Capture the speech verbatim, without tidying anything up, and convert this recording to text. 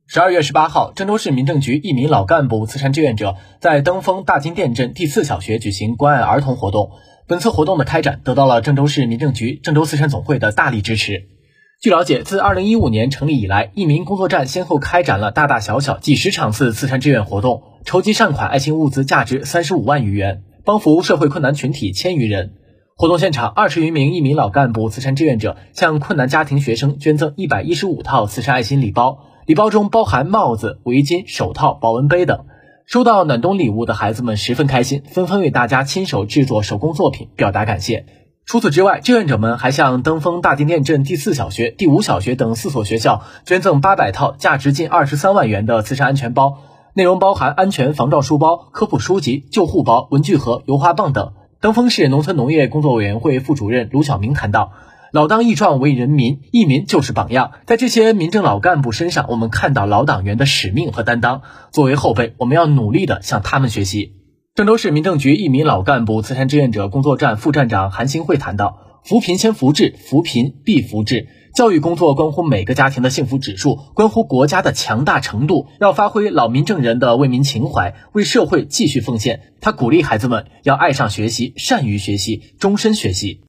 十二月十八号，郑州市民政局一名老干部慈善志愿者在登封大金店镇第四小学举行关爱儿童活动。本次活动的开展得到了郑州市民政局、郑州慈善总会的大力支持。据了解，自二零一五年成立以来，一民工作站先后开展了大大小小几十场次慈善志愿活动，筹集善款爱心物资价值三十五万余元，帮扶社会困难群体千余人。活动现场，二十余名一民老干部慈善志愿者向困难家庭学生捐赠一百一十五套慈善爱心礼包，礼包中包含帽子、围巾、手套、保温杯等。收到暖冬礼物的孩子们十分开心，纷纷为大家亲手制作手工作品表达感谢。除此之外，志愿者们还向登封大金店镇第四小学、第五小学等四所学校捐赠八百套价值近二十三万元的慈善安全包，内容包含安全防撞书包、科普书籍、救护包、文具盒、油画棒等。登封市农村农业工作委员会副主任卢晓明谈到，老当益壮为人民，益民就是榜样。在这些民政老干部身上，我们看到老党员的使命和担当。作为后辈，我们要努力地向他们学习。郑州市民政局一民老干部慈善志愿者工作站副站长韩新慧谈到，扶贫先扶志，扶贫必扶志。教育工作关乎每个家庭的幸福指数，关乎国家的强大程度，要发挥老民政人的为民情怀，为社会继续奉献。他鼓励孩子们要爱上学习，善于学习，终身学习。